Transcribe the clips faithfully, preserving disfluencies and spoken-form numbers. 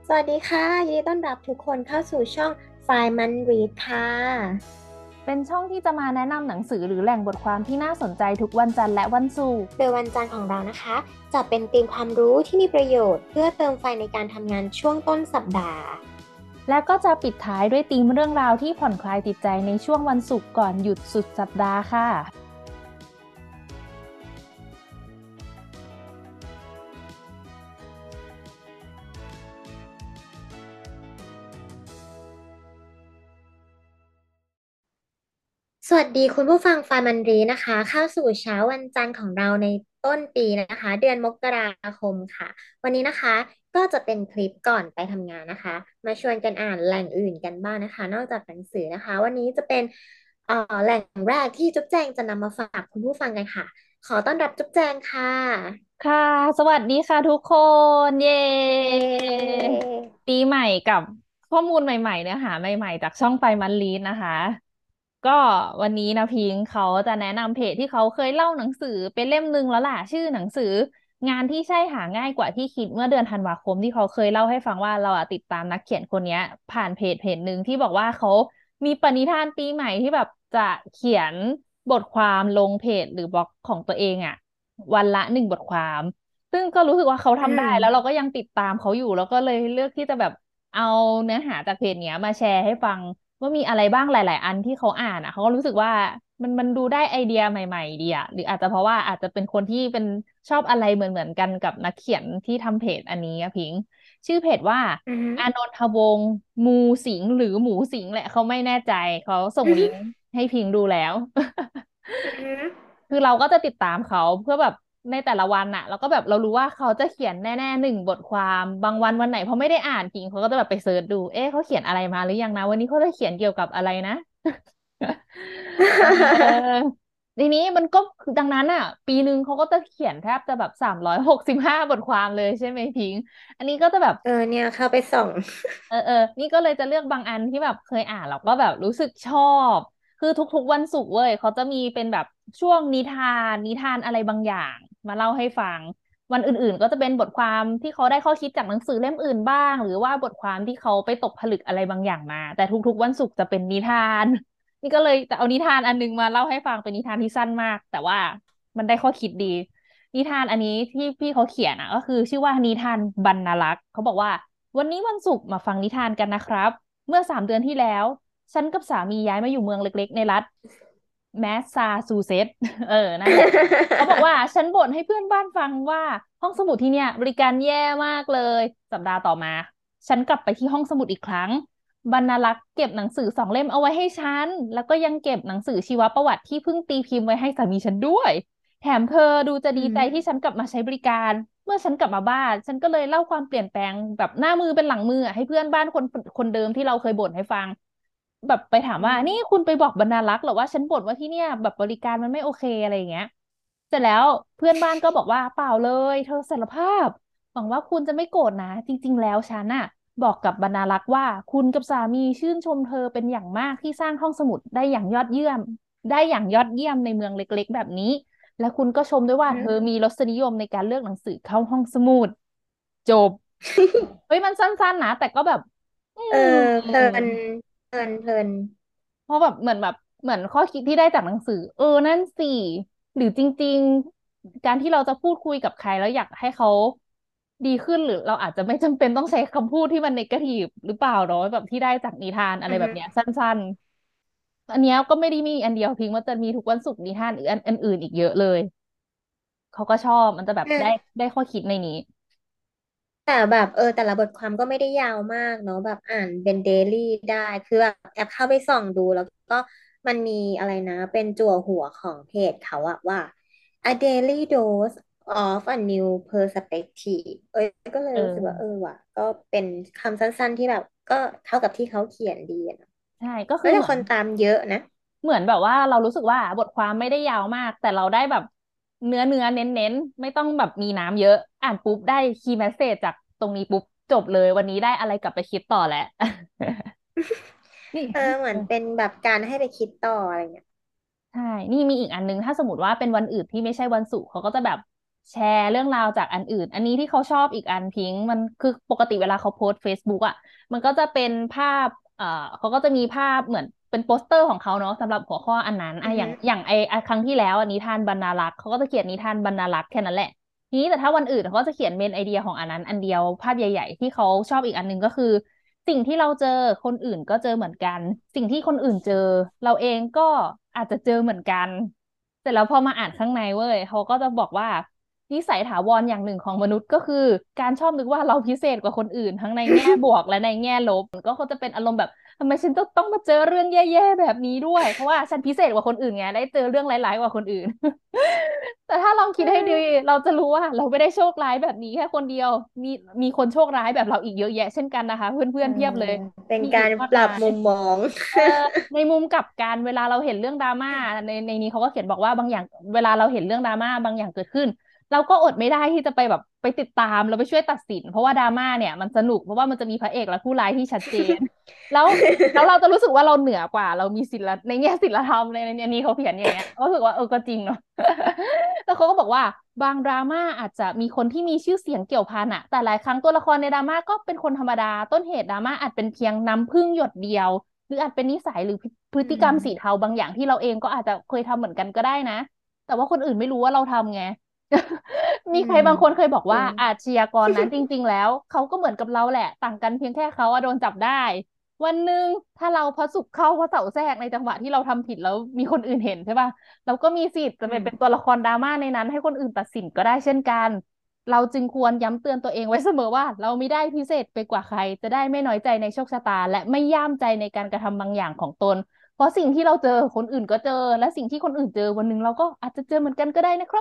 สวัสดีค่ะยินดีต้อนรับทุกคนเข้าสู่ช่อง Five Man Read ค่ะเป็นช่องที่จะมาแนะนำหนังสือหรือแหล่งบทความที่น่าสนใจทุกวันจันทร์และวันศุกร์โดยวันจันทร์ของเรานะคะจะเป็นธีมความรู้ที่มีประโยชน์เพื่อเติมไฟในการทำงานช่วงต้นสัปดาห์และก็จะปิดท้ายด้วยธีมเรื่องราวที่ผ่อนคลายจิตใจในช่วงวันศุกร์ก่อนหยุดสุดสัปดาห์ค่ะสวัสดีคุณผู้ฟังฟามันรีนะคะเข้าสู่เช้าวันจันทร์ของเราในต้นปีนะคะเดือนมกราคมค่ะวันนี้นะคะก็จะเป็นคลิปก่อนไปทำงานนะคะมาชวนกันอ่านแหล่งอื่นกันบ้างนะคะนอกจากหนังสือนะคะวันนี้จะเป็นเอ่อแหล่งแรกที่จุ๊บแจงจะนำมาฝากคุณผู้ฟังกันค่ะขอต้อนรับจุ๊บแจงค่ะค่ะสวัสดีค่ะทุกคนเย้เย้ปีใหม่กับข้อมูลใหม่ๆเนื้อหาใหม่ๆจากช่องไฟมันลีดนะคะก็วันนี้นะพิงค์เขาจะแนะนำเพจที่เขาเคยเล่าหนังสือเป็นเล่มหนึ่งแล้วล่ะชื่อหนังสืองานที่ใช่หาง่ายกว่าที่คิดเมื่อเดือนธันวาคมที่เขาเคยเล่าให้ฟังว่าเราอะติดตามนักเขียนคนเนี้ยผ่านเพจเพจหนึ่งที่บอกว่าเขามีปณิธานปีใหม่ที่แบบจะเขียนบทความลงเพจหรือบล็อกของตัวเองอะวันละหนึ่งบทความซึ่งก็รู้สึกว่าเขาอืทำได้มแล้วเราก็ยังติดตามเขาอยู่แล้วก็เลยเลือกที่จะแบบเอาเนื้อหาจากเพจเนี้ยมาแชร์ให้ฟังว่ามีอะไรบ้างหลายๆอันที่เขาอ่านอ่ะเขาก็รู้สึกว่ามันมันดูได้ไอเดียใหม่ๆดีอ่ะหรืออาจจะเพราะว่าอาจจะเป็นคนที่เป็นชอบอะไรเหมือนเหมือนกันกับนักเขียนที่ทำเพจอันนี้อะพิงค์ชื่อเพจว่าอืมอานนทวงศ์มูสิงห์หรือหมูสิงห์แหละเขาไม่แน่ใจเขาส่งลิงก์ให้พิงค์ดูแล้วอืมคือเราก็จะติดตามเขาเพื่อแบบในแต่ละวันอะเราก็แบบเรารู้ว่าเขาจะเขียนแน่ๆหนึ่งบทความบางวันวันไหนเขาไม่ได้อ่านจริงเขาก็จะแบบไปเสิร์ชดูเอ๊ะเขาเขียนอะไรมาหรือยังนะวันนี้เขาจะเขียนเกี่ยวกับอะไรนะเออทีนี้มันก็ดังนั้นอ่ะปีหนึ่งเขาก็จะเขียนแทบจะแบบสามร้อยหกสิบห้าบทความเลยใช่ไหมพิงค์อันนี้ก็จะแบบเออเนี่ยเข้าไปส่องเออเออนี่ก็เลยจะเลือกบางอันที่แบบเคยอ่านแล้วก็แบบรู้สึกชอบคือทุกๆวันศุกร์เว้ยเขาจะมีเป็นแบบช่วงนิทานนิทานอะไรบางอย่างมาเล่าให้ฟังวันอื่นๆก็จะเป็นบทความที่เขาได้ข้อคิดจากหนังสือเล่มอื่นบ้างหรือว่าบทความที่เขาไปตกผลึกอะไรบางอย่างมาแต่ทุกๆวันศุกร์จะเป็นนิทานนี่ก็เลยจะเอานิทานอันนึงมาเล่าให้ฟังเป็นนิทานที่สั้นมากแต่ว่ามันได้ข้อคิดดีนิทานอันนี้ที่พี่เขาเขียนอ่ะก็คือชื่อว่านิทานบรรณลักษ์เขาบอกว่า วันนี้วันศุกร์มาฟังนิทานกันนะครับเมื่อสามเดือนที่แล้วฉันกับสามีย้ายมาอยู่เมืองเล็กๆในรัฐแมสซาชูเซตส์เออนั่นแหละเขาบอกว่าฉันบ่นให้เพื่อนบ้านฟังว่าห้องสมุดที่เนี่ยบริการแย่มากเลยสัปดาห์ต่อมาฉันกลับไปที่ห้องสมุดอีกครั้งบรรณารักษ์เก็บหนังสือสองเล่มเอาไว้ให้ฉันแล้วก็ยังเก็บหนังสือชีวประวัติที่เพิ่งตีพิมพ์ไว้ให้สามีฉันด้วยแถมเธอดูจะอืดีใจที่มฉันกลับมาใช้บริการ เมื่อฉันกลับมาบ้านฉันก็เลยเล่าความเปลี่ยนแปลงแบบหน้ามือเป็นหลังมืออะให้เพื่อนบ้านคนคนเดิมที่เราเคยบ่นให้ฟังแบบไปถามอืว่านี่มคุณไปบอกบรรณารักษ์เหรอว่าฉันบ่นว่าที่เนี่ยแบบบริการมันไม่โอเคอะไรอย่างเงี้ยเสร็จแล้วเพื่อนบ้านก็บอกว่าเปล่าเลยเธอสารภาพหวังว่าคุณจะไม่โกรธนะจริงๆแล้วฉันน่ะบอกกับบรรณารักษ์ว่าคุณกับสามีชื่นชมเธอเป็นอย่างมากที่สร้างห้องสมุดได้อย่างยอดเยี่ยมได้อย่างยอดเยี่ยมในเมืองเล็กๆแบบนี้ และคุณก็ชมด้วยว่าอืเธอมีมรสนิยมในการเลือกหนังสือเข้าห้องสมุดจบเฮ้ยมันสั้นๆนะแต่ก็แบบอืเออเพลินมเพลินเพลินเพราะแบบเหมือนแบบเหมือนข้อคิดที่ได้จากหนังสือเออนั่นสิหรือจริงๆการที่เราจะพูดคุยกับใครแล้วอยากให้เขาดีขึ้นหรือเราอาจจะไม่จำเป็นต้องใช้คำพูดที่มันเนกาทีฟหรือเปล่าเนาะแบบที่ได้จากนิทานอะไรอืแบบเนี้ยมสั้นๆอันเนี้ยก็ไม่ได้มีอันเดียวพิงว่าจะมีทุกวันศุกร์นิทานหรืออันอันอื่นอีกเยอะเลยเขาก็ชอบมันจะแบบได้เนี่ยได้ข้อคิดในนี้แต่แบบเออแต่ละบทความก็ไม่ได้ยาวมากเนาะแบบอ่านเป็นเดลี่ได้คือแบบแอบเข้าไปส่องดูแล้วก็มันมีอะไรนะเป็นจั่วหัวของเพจเขาอะว่า a daily dose of a new perspective เอ้ยก็เลยเอรู้สึกว่าเอออว่ะก็เป็นคำสั้นๆที่แบบก็เข้ากับที่เขาเขียนดีอะนะใช่ก็คืแล้วแต่อเหมือนคนตามเยอะนะเหมือนแบบว่าเรารู้สึกว่าบทความไม่ได้ยาวมากแต่เราได้แบบเนื้อเนื้อเน้นเน้นๆไม่ต้องแบบมีน้ำเยอะอ่านปุ๊บได้คีย์แมสเสจจากตรงนี้ปุ๊บจบเลยวันนี้ได้อะไรกลับไปคิดต่อแล้วนี่เออเหมือนเป็นแบบการให้ไปคิดต่ออะไรเงี้ยใช่นี่มีอีกอันนึงถ้าสมมติว่าเป็นวันอื่นที่ไม่ใช่วันศุกร์เขาก็จะแบบแชร์เรื่องราวจากอันอื่นอันนี้ที่เขาชอบอีกอันพิงค์มันคือปกติเวลาเขาโพสต์ เฟซบุ๊ก อ่ะมันก็จะเป็นภาพเอ่อเขาก็จะมีภาพเหมือนเป็นโปสเตอร์ของเขาเนาะสำหรับหัวข้ออันนั้นอ่ะอือฮึอย่างอย่างไอไอครั้งที่แล้วอันนิทานบรรณารักษ์เขาก็จะเขียนนิทานบรรณารักษ์แค่นั้นแหละทีนี้แต่ถ้าวันอื่นเขาก็จะเขียนเมนไอเดียของอันนั้นอันเดียวภาพใหญ่ๆที่เขาชอบอีกอันหนึงก็คือสิ่งที่เราเจอคนอื่นก็เจอเหมือนกันสิ่งที่คนอื่นเจอเราเองก็อาจจะเจอเหมือนกัน เสร็จแล้วพอมาอ่านข้างในเว้ยเขาก็จะบอกว่านิสัยถาวรอย่างหนึ่งของมนุษย์ก็คือการชอบนึกว่าเราพิเศษกว่าคนอื่นทั้งในแง่บวกและในแง่ลบก็เขาจะเป็นอารมณ์แบบทำไมฉันต้องต้องมาเจอเรื่องแย่ๆแบบนี้ด้วยเพราะว่าฉันพิเศษกว่าคนอื่นไงได้เจอเรื่องร้ายๆกว่าคนอื่นแต่ถ้าลองคิอืดให้ดีมเราจะรู้ว่าเราไม่ได้โชคร้ายแบบนี้แค่คนเดียวมีมีคนโชคร้ายแบบเราอีกเยอะแยะเช่นกันนะคะเพื่ออ่านๆเพียบเลยเป็นมีอีการปรับกมากมายมุมมองเออในมุมกลับกันเวลาเราเห็นเรื่องดราม่าในในนี้เขาก็เขียนบอกว่าบางอย่างเวลาเราเห็นเรื่องดราม่าบางอย่างเกิดขึ้นเราก็อดไม่ได้ที่จะไปแบบไปติดตามแล้วไปช่วยตัดสินเพราะว่าดราม่าเนี่ยมันสนุกเพราะว่ามันจะมีพระเอกและผู้ร้ายที่ชัดเจนแล้วแล้วเราจะรู้สึกว่าเราเหนือกว่าเรามีศีลในแง่ศีลธรรมในในนี้เขาเขียนอย่างเงี้ยก็รู้สึกว่าเออก็จริงเนาะแล้วเขาก็บอกว่าบางดราม่าอาจจะมีคนที่มีชื่อเสียงเกี่ยวพันอะแต่หลายครั้งตัวละครในดราม่าก็เป็นคนธรรมดาต้นเหตุดราม่าอาจเป็นเพียงน้ำผึ้งหยดเดียว หรืออาจเป็นนิสัยหรือพฤพฤอืติกรรมสีเทามบางอย่างที่เราเองก็อาจจะเคยทำเหมือนกันก็ได้นะแต่ว่าคนอื่นไม่รู้ว่าเราทำไงอืมีใครมบางคนเคยบอกว่าจริงอาชญากรนั้นจริงๆแล้วเขาก็เหมือนกับเราแหละต่างกันเพียงแค่เขาอะโดนจับได้วันหนึ่งถ้าเราพระศุกร์เข้าพระเสาร์แทรกในจังหวะที่เราทำผิดแล้วมีคนอื่นเห็นใช่ป่ะเราก็มีสิทธิ์จะอืมไปเป็นตัวละครดราม่าในนั้นให้คนอื่นตัดสินก็ได้เช่นกันเราจึงควรย้ำเตือนตัวเองไว้เสมอว่าเราไม่ได้พิเศษไปกว่าใครจะได้ไม่น้อยใจในโชคชะตาและไม่ย่ามใจในการกระทำบางอย่างของตนเพราะสิ่งที่เราเจอคนอื่นก็เจอและสิ่งที่คนอื่นเจอวันหนึ่งเราก็อาจจะเจอเหมือนกันก็ได้นะครับ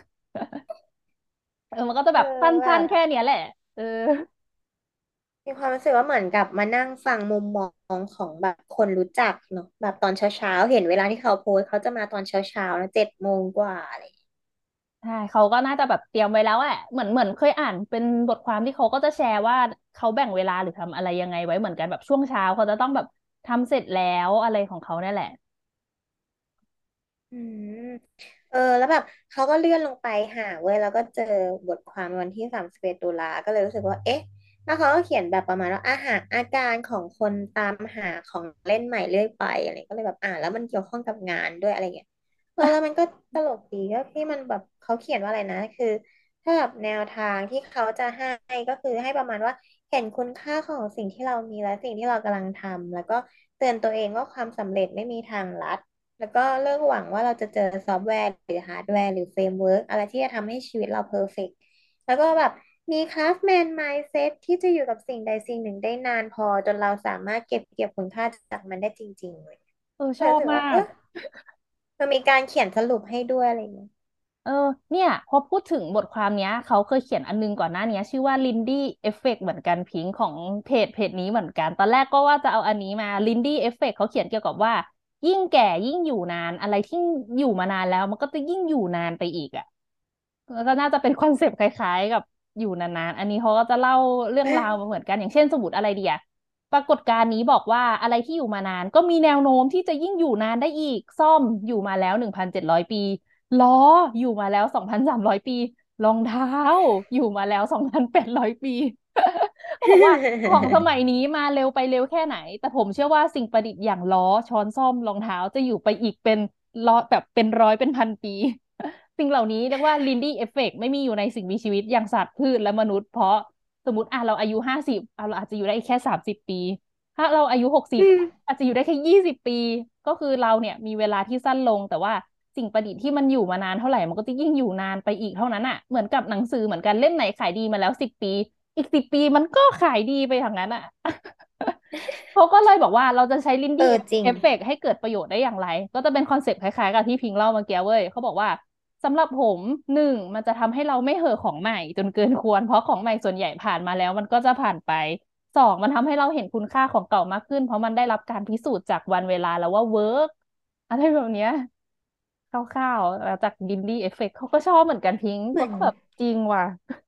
เออมันก็จะเออแบบสัแบ้นบๆแค่เนี้ยแหละเออมีความรู้สึกว่าเหมือนกับมานั่งฟังมุมมองของแบบคนรู้จักเนาะแบบตอนเช้าเช้าเห็นเวลาที่เขาโพสต์เขาจะมาตอนเช้าเช้าแล้วเจ็ดโมงกว่าอะไรอย่างเงี้ยใช่เขาก็น่าจะแบบเตรียมไว้แล้วแหละเหมือนเหมือนเคยอ่านเป็นบทความที่เขาก็จะแชร์ว่าเขาแบ่งเวลาหรือทำอะไรยังไงไว้เหมือนกันแบบช่วงเช้าเขาจะต้องแบบทำเสร็จแล้วอะไรของเขาเนี่ยแหละอืม เออแล้วแบบเขาก็เลื่อนลงไปหาเว้ยแล้วก็เจอบทความวันที่สามสิบเอ็ดตุลาก็เลยรู้สึกว่าเอ๊ะแล้วเขาก็เขียนแบบประมาณว่าอาหารอาการของคนตามหาของเล่นใหม่เรื่อยไปอะไรก็เลยแบบอ่านแล้วมันเกี่ยวข้องกับงานด้วยอะไรเงี้ยเออแล้วมันก็ตลกดีก็ที่มันแบบเขาเขียนว่าอะไรนะคือถ้าแบบแนวทางที่เขาจะให้ก็คือให้ประมาณว่าเห็นคุณค่าของสิ่งที่เรามีและสิ่งที่เรากำลังทำแล้วก็เตือนตัวเองว่าความสำเร็จไม่มีทางลัด แล้วก็เลิกหวังว่าเราจะเจอซอฟต์แวร์หรือฮาร์ดแวร์หรือเฟรมเวิร์กอะไรที่จะทำให้ชีวิตเราเพอร์เฟกต์แล้วก็แบบมีคราฟแมน มายด์เซ็ต ที่จะอยู่กับสิ่งใดสิ่งหนึ่งได้นานพอจนเราสามารถเก็บเกี่ยวคุณค่าจากมันได้จริงๆเลยเออชก็รู้สึกอบมากว่าเออมันมีการเขียนสรุปให้ด้วยอะไรอย่างเงี้ยเออเนี่ยพอพูดถึงบทความเนี้ยเขาเคยเขียนอันนึงก่อนหน้าเนี้ยชื่อว่า Lindy Effect เหมือนกันพิงของเพจเพจนี้เหมือนกันตอนแรกก็ว่าจะเอาอันนี้มา Lindy Effect เขาเขียนเกี่ยวกับว่ายิ่งแก่ยิ่งอยู่นานอะไรที่อยู่มานานแล้วมันก็จะยิ่งอยู่นานไปอีกอ่ะแล้วก็น่าจะเป็นคอนเซปต์คล้ายๆกับอยู่นานๆอันนี้เขาก็จะเล่าเรื่องราวมาเหมือนกันอย่างเช่นสมมติอะไรเดียปรากฏการณ์นี้บอกว่าอะไรที่อยู่มานานก็มีแนวโน้มที่จะยิ่งอยู่นานได้อีกซ่อมอยู่มาแล้วหนึ่งพันเจ็ดร้อยปี ล้ออยู่มาแล้วสองพันสามร้อยปีรองเท้าอยู่มาแล้วสองพันแปดร้อยปีเขาบอกว่าของสมัยนี้มาเร็วไปเร็วแค่ไหนแต่ผมเชื่อว่าสิ่งประดิษฐ์อย่างล้อช้อนส้อมรองเท้าจะอยู่ไปอีกเป็นร้อยแบบเป็นร้อยเป็นพันปีสิ่งเหล่านี้เรียกว่าลินดี้เอฟเฟกต์ไม่มีอยู่ในสิ่งมีชีวิตอย่างสัตว์พืชและมนุษย์เพราะสมมติอ่ะเราอายุห้าสิบอ่ะเราอาจจะอยู่ได้อีกแค่สามสิบปีถ้าเราอายุหกสิบอืมอาจจะอยู่ได้แค่ยี่สิบปีก็คือเราเนี่ยมีเวลาที่สั้นลงแต่ว่า สิ่งประดิษฐ์ที่มันอยู่มานานเท่าไหร่มันก็จะยิ่งอยู่นานไปอีกเท่านั้นอ่ะเหมือนกับหนังสือเหมือนกันเล่มไหนขายดีมาแล้วสิบปีอีกสิบปีมันก็ขายดีไปอย่างนั้นอ่ะเขาก็เลยบอกว่าเราจะใช้ลินเอดี้อจริงเอฟเฟกต์ให้เกิดประโยชน์ได้อย่างไรก็จะเป็นคอนเซปต์คล้ายๆกับที่พิงเล่าเมื่อกี้เว้ยเขาบอกว่าสำหรับผมหนึ่งมันจะทำให้เราไม่เห่อของใหม่จนเกินควรเพราะของใหม่ส่วนใหญ่ผ่านมาแล้วมันก็จะผ่านไปสองมันทำให้เราเห็นคุณค่าของเก่ามากขึ้นเพราะมันได้รับการพิสูจน์จากวันเวลาแล้วว่าเวิร์กอะไรแบบเนี้ย คร่าวๆแล้วจากดินดี้เอฟเฟกเขาก็ชอบเหมือนกันพิงค์เหมือนเพราะก็แบบจริงว่ะ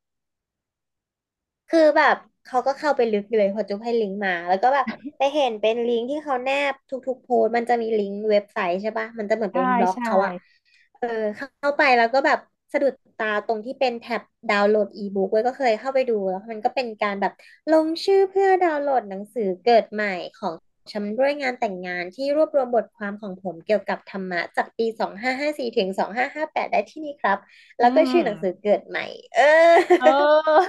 คือแบบเขาก็เข้าไปลึกเลยพอจุ๊บให้ลิงก์มาแล้วก็แบบไปเห็นเป็นลิงก์ที่เขาแนบทุกๆโพสต์มันจะมีลิงก์เว็บไซต์ใช่ปะมันจะเหมือนใช่เป็นบล็อกใช่เขาอะเออเข้าไปแล้วก็แบบสะดุดตาตรงที่เป็นแท็บดาวน์โหลดอีบุ๊กไว้ก็เคยเข้าไปดูแล้วมันก็เป็นการแบบลงชื่อเพื่อดาวน์โหลดหนังสือเกิดใหม่ของฉันด้วยงานแต่งงานที่รวบรวมบทความของผมเกี่ยวกับธรรมะจากปีสองห้าห้าสี่ถึงสองห้าห้าแปดได้ที่นี่ครับอืแล้วก็ชื่อหนังสือมเกิดใหม่เออเออ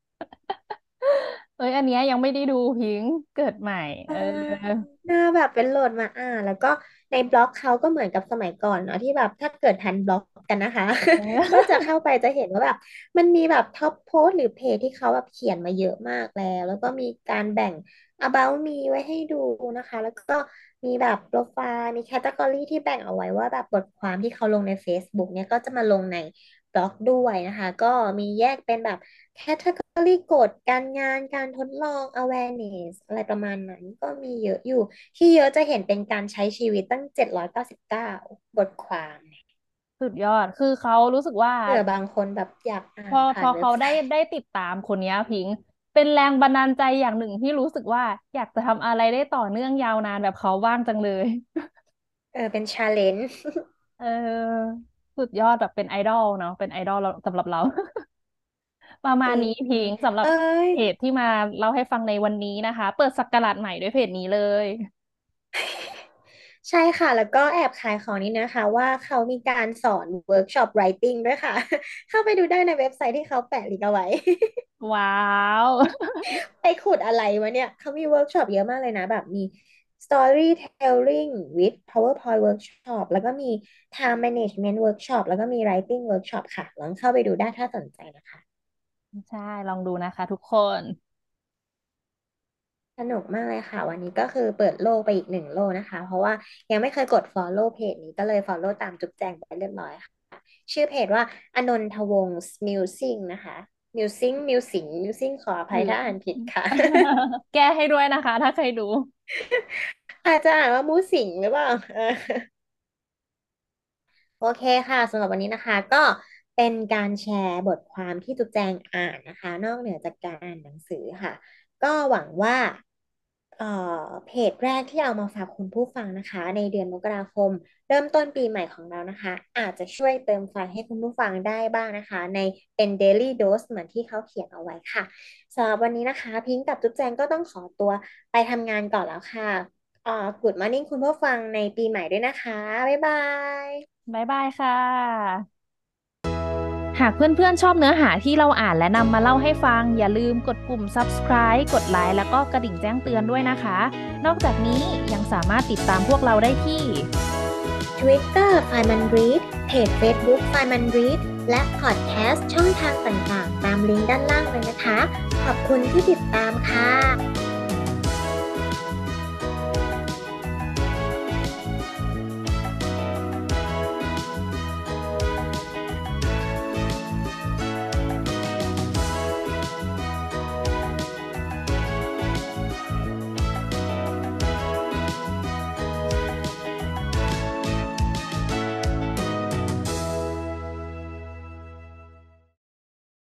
เอ้ยอันเนี้ยยังไม่ได้ดูพิงค์เกิดใหม่อ่เออาน่าแบบเป็นโหลดมาอ่านแล้วก็ในบล็อกเขาก็เหมือนกับสมัยก่อนเนาะที่แบบถ้าเกิดทันบล็อกกันนะคะเก็จะออเข้าไปจะเห็นว่าแบบมันมีแบบท็อปโพสต์หรือเพจที่เขาแบบเขียนมาเยอะมากแล้วแล้วก็มีการแบ่ง about me ไว้ให้ดูนะคะแล้วก็มีแบบโปรไฟล์มีแคตตากรีที่แบ่งเอาไว้ว่าแบบบทความที่เขาลงใน Facebook เนี่ยก็จะมาลงในบล็อกด้วยนะคะก็มีแยกเป็นแบบ แคตตากรีกฎการงานการทดลอง awareness อะไรประมาณนั้นก็มีเยอะอยู่ที่เยอะจะเห็นเป็นการใช้ชีวิตตั้งเจ็ดร้อยเก้าสิบเก้าบทความสุดยอดคือเขารู้สึกว่าเผื่อบางคนแบบอยากอ่าพอนผ่านเว็พอเขาได้บไซต์ได้ติดตามคนเนี้ยพิงค์เป็นแรงบันดาลใจอย่างหนึ่งที่รู้สึกว่าอยากจะทำอะไรได้ต่อเนื่องยาวนานแบบเขาบ้างจังเลยเออเป็นชาเลนจ์เออสุดยอดแบบเป็นไอดอลเนาะเป็นไอดอลเราสำหรับเราประจมาณริงนี้พิงค์สำหรับเอ้ยเพจที่มาเล่าให้ฟังในวันนี้นะคะเปิดศักราชใหม่ด้วยเพจนี้เลยใช่ค่ะแล้วก็แอบขายของนี้นะคะว่าเขามีการสอนเวิร์กช็อป writing ด้วยค่ะเข้าไปดูได้ในเว็บไซต์ที่เขาแปะลิงก์เอาไว้ว้าวไปขุดอะไรวะเนี่ยเขามีเวิร์กช็อปเยอะมากเลยนะแบบมี storytelling with PowerPoint workshop แล้วก็มี time management workshop แล้วก็มี writing workshop ค่ะลองเข้าไปดูได้ถ้าสนใจนะคะใช่ลองดูนะคะทุกคนสนุกมากเลยค่ะวันนี้ก็คือเปิดโลกไปอีกหนึ่งโลกนะคะเพราะว่ายังไม่เคยกด follow เพจนี้ก็เลย follow ตามจุ๊บแจงไปเรียบร้อยค่ะชื่อเพจว่าอนนทวงศ์มิวสิงนะคะมิวสิงมิวสิงมิวสิงขออภัมิวยถ้าอ่านผิดค่ะแก้ให้ด้วยนะคะถ้าใครดูอาจจะอ่านว่ามูสิงหรือเปล่าเออ โอเคค่ะสำหรับวันนี้นะคะก็เป็นการแชร์บทความที่จุ๊บแจงอ่านนะคะนอกเหนือจากการอ่านหนังสือค่ะก็หวังว่าเอ่อเพจแรกที่เอามาฝากคุณผู้ฟังนะคะในเดือนมกราคมเริ่มต้นปีใหม่ของเรานะคะอาจจะช่วยเติมไฟให้คุณผู้ฟังได้บ้างนะคะในเป็น daily dose เหมือนที่เขาเขียนเอาไว้ค่ะสำหรับวันนี้นะคะพิงค์กับจุ๊บแจงก็ต้องขอตัวไปทำงานก่อนแล้วค่ะเอ่อ Good morning คุณผู้ฟังในปีใหม่ด้วยนะคะบ๊ายบายบ๊ายบายค่ะหากเพื่อนๆชอบเนื้อหาที่เราอ่านและนำมาเล่าให้ฟังอย่าลืมกดปุ่ม ซับสไครบ์ กดไลค์แล้วก็กระดิ่งแจ้งเตือนด้วยนะคะนอกจากนี้ยังสามารถติดตามพวกเราได้ที่ Twitter ไฟมันรีดเพจ Facebook ไฟมันรีดและพอดแคสต์ช่องทางต่างๆ ตามลิงก์ด้านล่างเลยนะคะ ขอบคุณที่ติดตามค่ะ